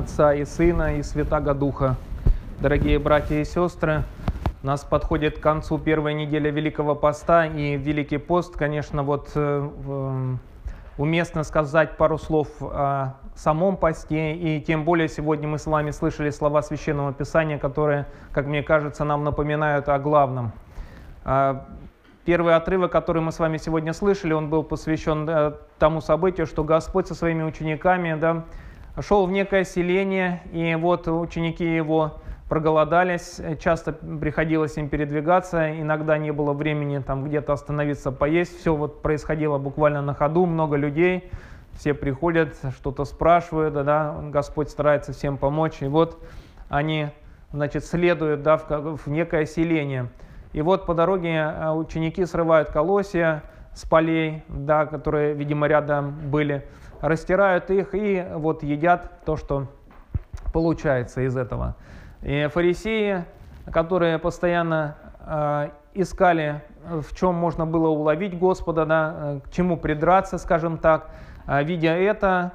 Отца и Сына и Святаго Духа. Дорогие братья и сестры, у нас подходит к концу первая неделя Великого Поста, и Великий Пост, конечно, уместно сказать пару слов о самом посте, и тем более сегодня мы с вами слышали слова Священного Писания, которые, как мне кажется, нам напоминают о главном. Первый отрывок, который мы с вами сегодня слышали, он был посвящен тому событию, что Господь со своими учениками шел в некое селение, и вот ученики его проголодались, часто приходилось им передвигаться, иногда не было времени там где-то остановиться, поесть, все вот происходило буквально на ходу, много людей, все приходят, что-то спрашивают, Господь старается всем помочь, и вот они, следуют в некое селение. И вот по дороге ученики срывают колосья с полей, которые, видимо, рядом были, растирают их и вот едят то, что получается из этого. И фарисеи, которые постоянно искали, в чем можно было уловить Господа, к чему придраться, скажем так, видя это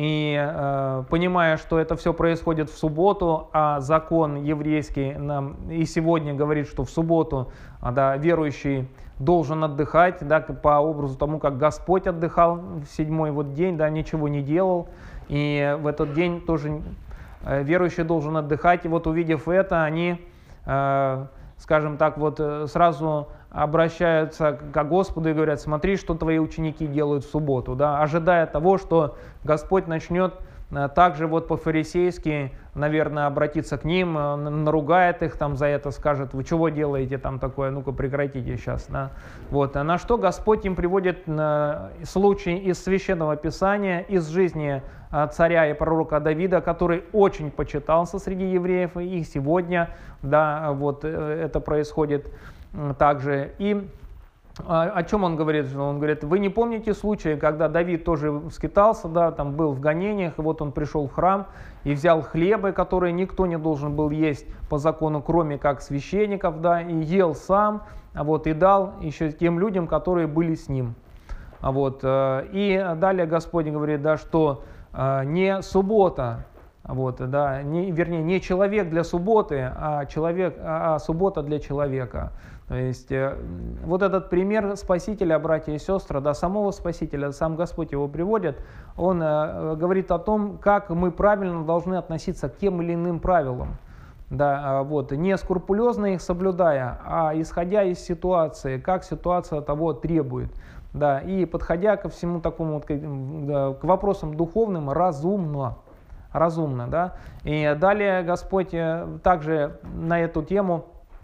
и понимая, что это все происходит в субботу, а закон еврейский нам и сегодня говорит, что в субботу верующий должен отдыхать, по образу тому, как Господь отдыхал в седьмой день, ничего не делал, и в этот день тоже верующий должен отдыхать. И вот увидев это, они, скажем так, сразу обращаются к Господу и говорят: смотри, что твои ученики делают в субботу, ожидая того, что Господь начнет также по-фарисейски, наверное, обратиться к ним, наругает их за это, скажет: вы чего делаете там такое, ну-ка прекратите сейчас. На что Господь им приводит случай из Священного Писания, из жизни царя и пророка Давида, который очень почитался среди евреев, и сегодня это происходит также. И о чем он говорит? Он говорит: вы не помните случая, когда Давид тоже скитался, там был в гонениях, и вот он пришел в храм и взял хлебы, которые никто не должен был есть по закону, кроме как священников, и ел сам, и дал еще тем людям, которые были с ним. И далее Господь говорит, что не суббота, не человек для субботы, а суббота для человека. То есть этот пример Спасителя, братья и сестры, самого Спасителя, сам Господь его приводит, он говорит о том, как мы правильно должны относиться к тем или иным правилам. Не скрупулезно их соблюдая, а исходя из ситуации, как ситуация того требует. И подходя ко всему такому, к вопросам духовным разумно. И далее Господь также на эту тему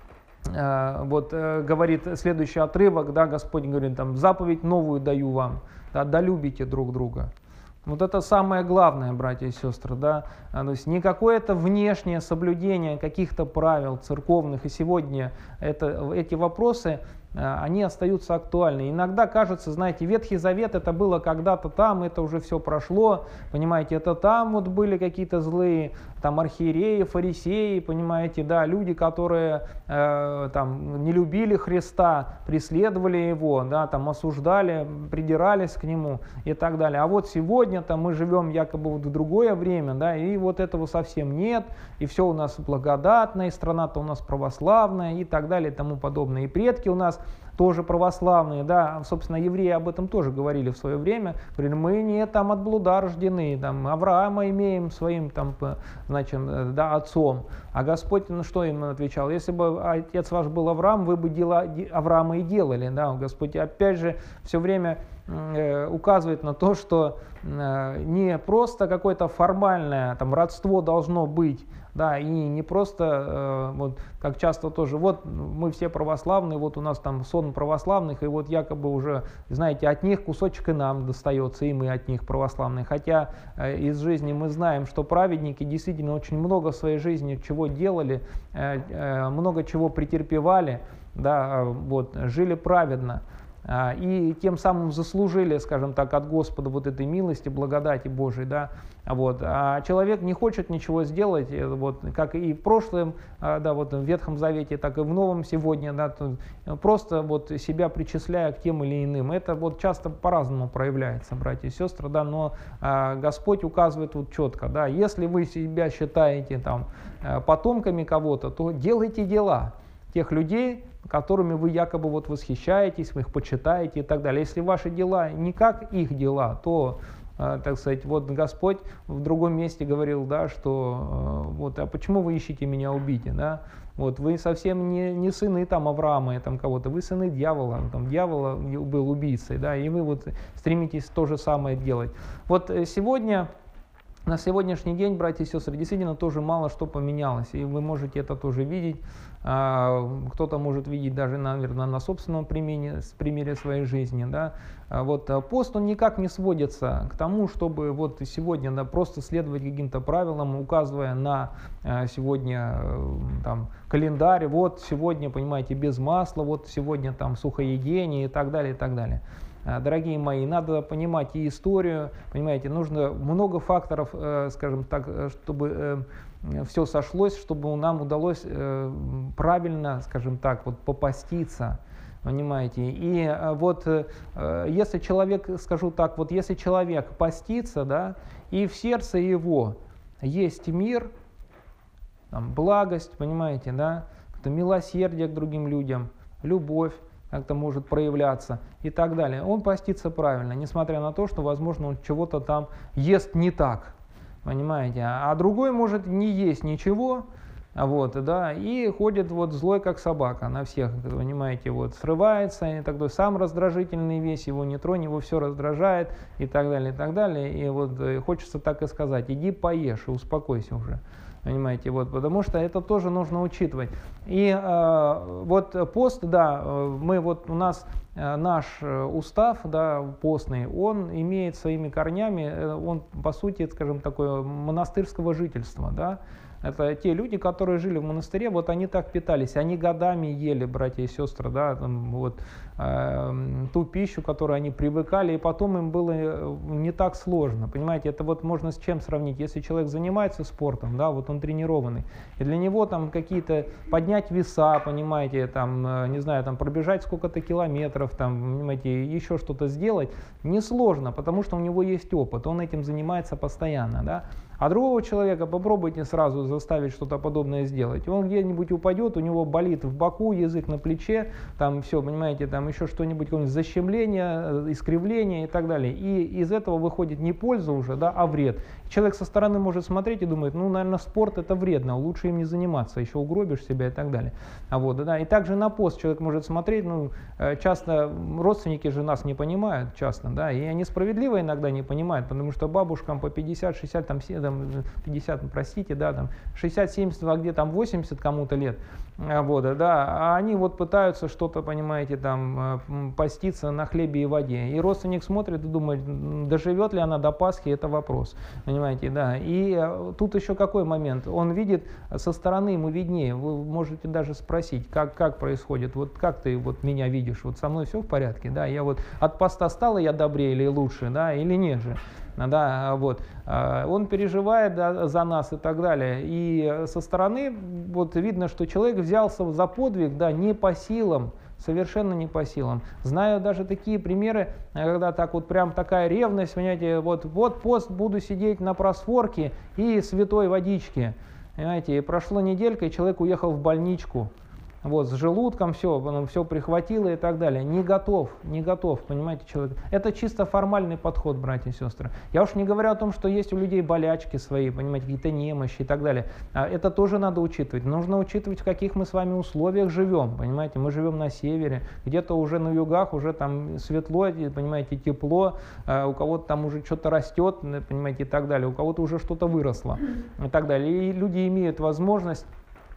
говорит следующий отрывок, Господь говорит: заповедь новую даю вам, да любите друг друга. Это самое главное, братья и сестры, То есть не какое-то внешнее соблюдение каких-то правил церковных, и сегодня эти вопросы, они остаются актуальны. Иногда кажется, знаете, Ветхий Завет это было когда-то там, это уже все прошло, понимаете, это там были какие-то злые архиереи, фарисеи, понимаете, люди, которые не любили Христа, преследовали его, осуждали, придирались к нему и так далее. А сегодня мы живем якобы в другое время, и этого совсем нет, и все у нас благодатно, и страна-то у нас православная и так далее и тому подобное. И предки у нас тоже православные, собственно, евреи об этом тоже говорили в свое время, говорили: мы не от блуда рождены, Авраама имеем своим отцом. А Господь что им отвечал? Если бы отец ваш был Авраам, вы бы дела Авраама и делали. Господь опять же все время указывает на то, что не просто какое-то формальное родство должно быть, и не просто, как часто тоже, мы все православные, у нас сон православных, и якобы уже, знаете, от них кусочек и нам достается, и мы от них православные. Хотя из жизни мы знаем, что праведники действительно очень много в своей жизни чего делали, много чего претерпевали, жили праведно. и тем самым заслужили, скажем так, от Господа вот этой милости, благодати Божией, да, вот. А человек не хочет ничего сделать, вот, как и в прошлом, да, вот в Ветхом Завете, так и в Новом сегодня, да, просто вот себя причисляя к тем или иным. Это вот часто по-разному проявляется, братья и сестры, да, но Господь указывает вот четко, да, если вы себя считаете там потомками кого-то, то делайте дела тех людей, которыми вы якобы вот восхищаетесь, вы их почитаете и так далее. Если ваши дела не как их дела, то, так сказать, вот Господь в другом месте говорил, да, что вот, а почему вы ищете меня убить, да? Вот, вы совсем не сыны там Авраама и там кого-то, вы сыны дьявола, там дьявола был убийцей, да, и вы вот стремитесь то же самое делать. Вот сегодня, на сегодняшний день, братья и сестры, действительно тоже мало что поменялось, и вы можете это тоже видеть. Кто-то может видеть даже, наверное, на собственном примере своей жизни. Да? Вот, пост, он никак не сводится к тому, чтобы вот сегодня, да, просто следовать каким-то правилам, указывая на сегодня там, календарь, вот сегодня, понимаете, без масла, вот сегодня там сухоедение и так далее, и так далее. Дорогие мои, надо понимать и историю, понимаете, нужно много факторов, скажем так, чтобы все сошлось, чтобы нам удалось правильно, скажем так, вот попаститься, понимаете. И вот если человек, скажу так, вот если человек постится, да, и в сердце его есть мир, там, благость, понимаете, да, милосердие к другим людям, любовь, как-то может проявляться и так далее. Он постится правильно, несмотря на то, что, возможно, он чего-то там ест не так, понимаете. А другой может не есть ничего, вот, да, и ходит вот злой, как собака, на всех, понимаете, вот, срывается, и такой сам раздражительный весь, его не тронь, его все раздражает, и так далее, и так далее. И вот хочется так и сказать: иди поешь и успокойся уже. Понимаете, вот, потому что это тоже нужно учитывать. И вот пост, да, мы вот у нас наш устав, да, постный, он имеет своими корнями, он по сути, скажем, такое монастырского жительства, да. Это те люди, которые жили в монастыре, вот они так питались, они годами ели, братья и сестры, да, там, вот, ту пищу, к которой они привыкали, и потом им было не так сложно, понимаете, это вот можно с чем сравнить, если человек занимается спортом, да, вот он тренированный, и для него там какие-то, поднять веса, понимаете, там, не знаю, там, пробежать сколько-то километров, там, понимаете, еще что-то сделать, несложно, потому что у него есть опыт, он этим занимается постоянно, да. А другого человека попробуйте сразу заставить что-то подобное сделать. Он где-нибудь упадет, у него болит в боку, язык на плече, там все, понимаете, там еще что-нибудь, какое-нибудь защемление, искривление и так далее. И из этого выходит не польза уже, да, а вред. Человек со стороны может смотреть и думает, ну, наверное, спорт это вредно, лучше им не заниматься, еще угробишь себя и так далее. Вот, да. И также на пост человек может смотреть, ну, часто родственники же нас не понимают, часто, да, и они справедливо иногда не понимают, потому что бабушкам по 50, 60, там, 50, простите, да, там 60-70, а где там 80 кому-то лет, вот, да, а они вот пытаются что-то, понимаете, там поститься на хлебе и воде. И родственник смотрит и думает, доживет ли она до Пасхи, это вопрос, понимаете, да. И тут еще какой момент, он видит со стороны, ему виднее, вы можете даже спросить, как происходит, вот как ты вот меня видишь, вот со мной все в порядке, да, я вот от поста стала я добрее или лучше, да, или нет же. Да, вот. Он переживает, да, за нас и так далее. И со стороны вот видно, что человек взялся за подвиг, да, не по силам, совершенно не по силам. Знаю даже такие примеры, когда так вот прям такая ревность, понимаете, вот пост буду сидеть на просфорке и святой водичке. Понимаете, и прошла неделька, и человек уехал в больничку. Вот, с желудком все прихватило и так далее. Не готов, понимаете, человек. Это чисто формальный подход, братья и сестры. Я уж не говорю о том, что есть у людей болячки свои, понимаете, какие-то немощи и так далее. Это тоже надо учитывать. Нужно учитывать, в каких мы с вами условиях живем, понимаете. Мы живем на севере, где-то уже на югах уже там светло, понимаете, тепло, у кого-то там уже что-то растет, понимаете, и так далее. У кого-то уже что-то выросло и так далее. И люди имеют возможность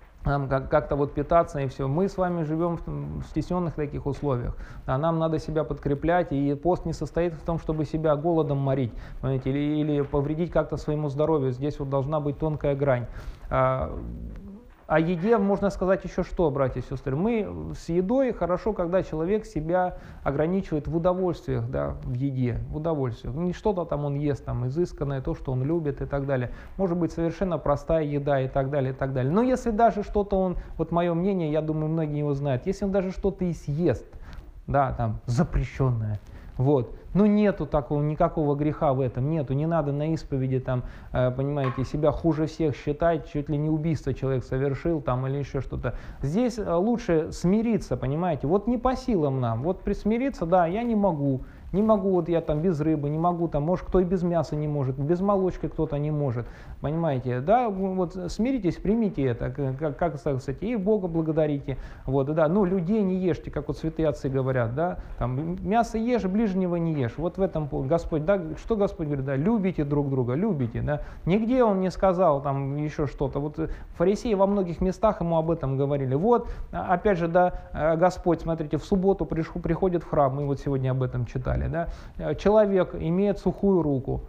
как-то вот питаться и все. Мы с вами живем в стесненных таких условиях. А нам надо себя подкреплять, и пост не состоит в том, чтобы себя голодом морить, понимаете, или повредить как-то своему здоровью. Здесь вот должна быть тонкая грань. о еде можно сказать еще что, братья и сестры. Мы с едой хорошо, когда человек себя ограничивает в удовольствиях, да, в еде, в удовольствиях. Не что-то там он ест, там, изысканное, то, что он любит и так далее. Может быть, совершенно простая еда и так далее, и так далее. Но если даже что-то он, вот мое мнение, я думаю, многие его знают, если он даже что-то и съест, да, там, запрещенное, вот. Но нету такого, никакого греха в этом, нету, не надо на исповеди, там, понимаете, себя хуже всех считать, чуть ли не убийство человек совершил, там, или еще что-то. Здесь лучше смириться, понимаете, вот не по силам нам, вот присмириться, да, я не могу, вот я там без рыбы, не могу, там, может, кто и без мяса не может, без молочки кто-то не может, понимаете, да, вот смиритесь, примите это, как кстати, и Бога благодарите, вот, да, ну, людей не ешьте, как вот святые отцы говорят, да, там, мясо ешь, ближнего не ешь, вот в этом Господь, да, что Господь говорит, да, любите друг друга, любите, да, нигде Он не сказал там еще что-то, вот фарисеи во многих местах Ему об этом говорили, вот, опять же, да, Господь, смотрите, в субботу приходит в храм, мы вот сегодня об этом читали, да, человек имеет сухую руку.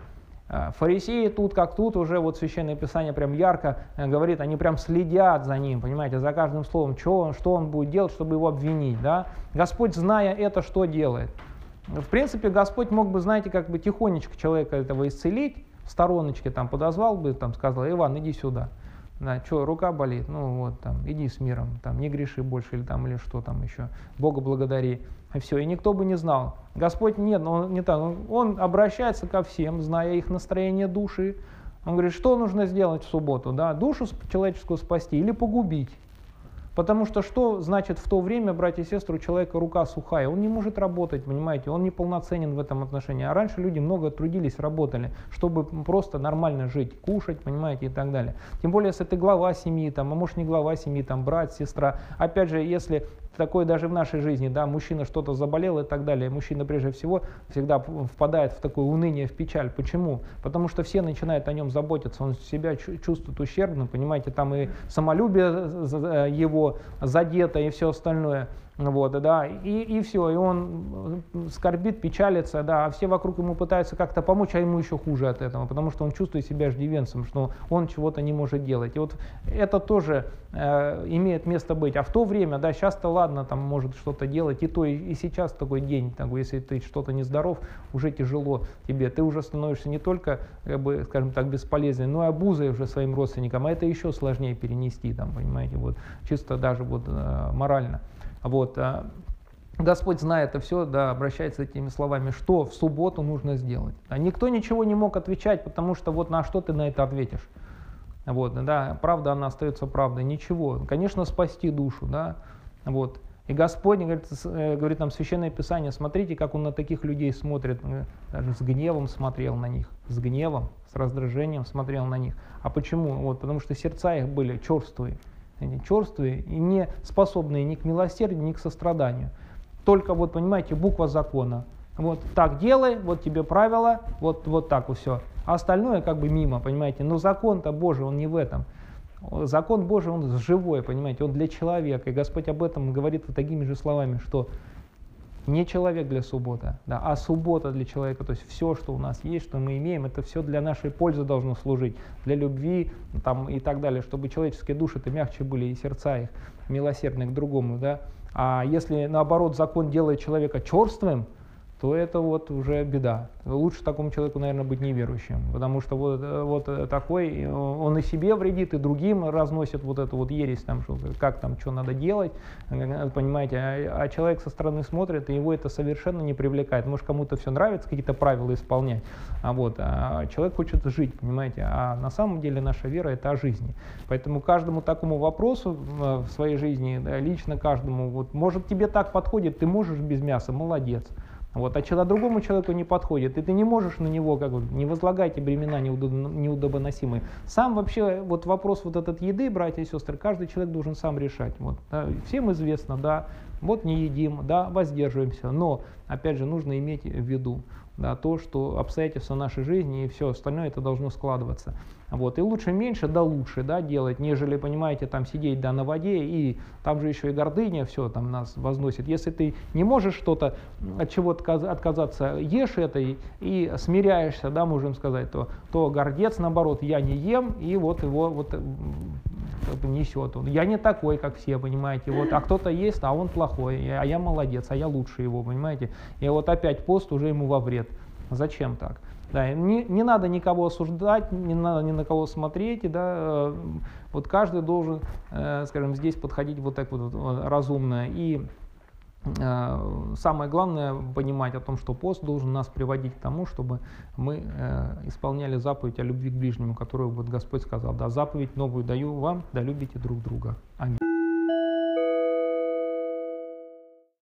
Фарисеи тут как тут уже вот Священное Писание прям ярко говорит, они прям следят за ним, понимаете, за каждым словом, что он будет делать, чтобы его обвинить, да. Господь, зная это, что делает? В принципе, Господь мог бы, знаете, как бы тихонечко человека этого исцелить, в стороночке там подозвал бы, там сказал, Иван, иди сюда. Да, что, рука болит? Ну вот, там, иди с миром, там, не греши больше или что там еще, Бога благодари. И все, и никто бы не знал. Господь нет, он не так, он обращается ко всем, зная их настроение души. Он говорит, что нужно сделать в субботу, да, душу человеческую спасти или погубить. Потому что значит в то время, братья и сестры, у человека рука сухая, он не может работать, понимаете, он неполноценен в этом отношении. А раньше люди много трудились, работали, чтобы просто нормально жить, кушать, понимаете, и так далее. Тем более, если ты глава семьи, там, а может не глава семьи, там, брат, сестра. Опять же, если такое даже в нашей жизни, да, мужчина что-то заболел и так далее, мужчина прежде всего всегда впадает в такое уныние, в печаль. Почему? Потому что все начинают о нем заботиться, он себя чувствует ущербным, понимаете, там и самолюбие его задето и все остальное. Вот, да, и все, и он скорбит, печалится, да, а все вокруг ему пытаются как-то помочь, а ему еще хуже от этого, потому что он чувствует себя иждивенцем, что он чего-то не может делать. И вот это тоже имеет место быть. А в то время, да, сейчас-то ладно, там может что-то делать, и то и сейчас такой день, так, если ты что-то нездоров, уже тяжело тебе, ты уже становишься не только, как бы, скажем так, бесполезным, но и обузой уже своим родственникам, а это еще сложнее перенести, там, понимаете, вот, чисто даже вот морально. Вот, Господь, зная это все, да, обращается этими словами, что в субботу нужно сделать. А никто ничего не мог отвечать, потому что вот на что ты на это ответишь. Вот, да, правда, она остается правдой, ничего. Конечно, спасти душу, да, вот. И Господь говорит нам Священное Писание, смотрите, как Он на таких людей смотрит, даже с гневом смотрел на них, с гневом, с раздражением смотрел на них. А почему? Вот, потому что сердца их были черствые. Черствые и не способные ни к милосердию, ни к состраданию. Только вот, понимаете, буква закона. Вот так делай, вот тебе правила, вот так вот все. А остальное как бы мимо, понимаете. Но закон-то Божий, он не в этом. Закон Божий, он живой, понимаете, он для человека. И Господь об этом говорит вот такими же словами, что не человек для субботы, да, а суббота для человека. То есть все, что у нас есть, что мы имеем, это все для нашей пользы должно служить, для любви там, и так далее, чтобы человеческие души-то мягче были и сердца их милосердны к другому. Да. А если наоборот закон делает человека черствым, то это вот уже беда. Лучше такому человеку, наверное, быть неверующим, потому что вот такой, он и себе вредит, и другим разносит вот эту вот ересь, там, как там, что надо делать, понимаете, а человек со стороны смотрит, и его это совершенно не привлекает. Может, кому-то все нравится, какие-то правила исполнять, а человек хочет жить, понимаете, а на самом деле наша вера — это о жизни. Поэтому каждому такому вопросу в своей жизни, да, лично каждому, вот, может, тебе так подходит, ты можешь без мяса, молодец. Вот, а другому человеку не подходит, и ты не можешь на него, как бы, не возлагайте бремена неудобоносимые. Сам вообще вот вопрос вот этот еды, братья и сестры, каждый человек должен сам решать. Вот, да, всем известно, да, вот не едим, да, воздерживаемся, но, опять же, нужно иметь в виду, да, то, что обстоятельства нашей жизни и все остальное это должно складываться. Вот. И лучше меньше, да лучше, да, делать, нежели, понимаете, там сидеть, да, на воде, и там же еще и гордыня все там нас возносит. Если ты не можешь что-то от чего-то отказаться, ешь это и смиряешься, да, можем сказать, то гордец, наоборот, я не ем, и вот его вот как бы несет. Я не такой, как все, понимаете. Вот, а кто-то есть, а он плохой, а я молодец, а я лучше его, понимаете. И вот опять пост уже ему во вред. Зачем так? Да, не надо никого осуждать, не надо ни на кого смотреть, да, вот каждый должен, скажем, здесь подходить вот так вот разумно. И самое главное понимать о том, что пост должен нас приводить к тому, чтобы мы исполняли заповедь о любви к ближнему, которую вот Господь сказал, да, заповедь новую даю вам, да любите друг друга. Аминь.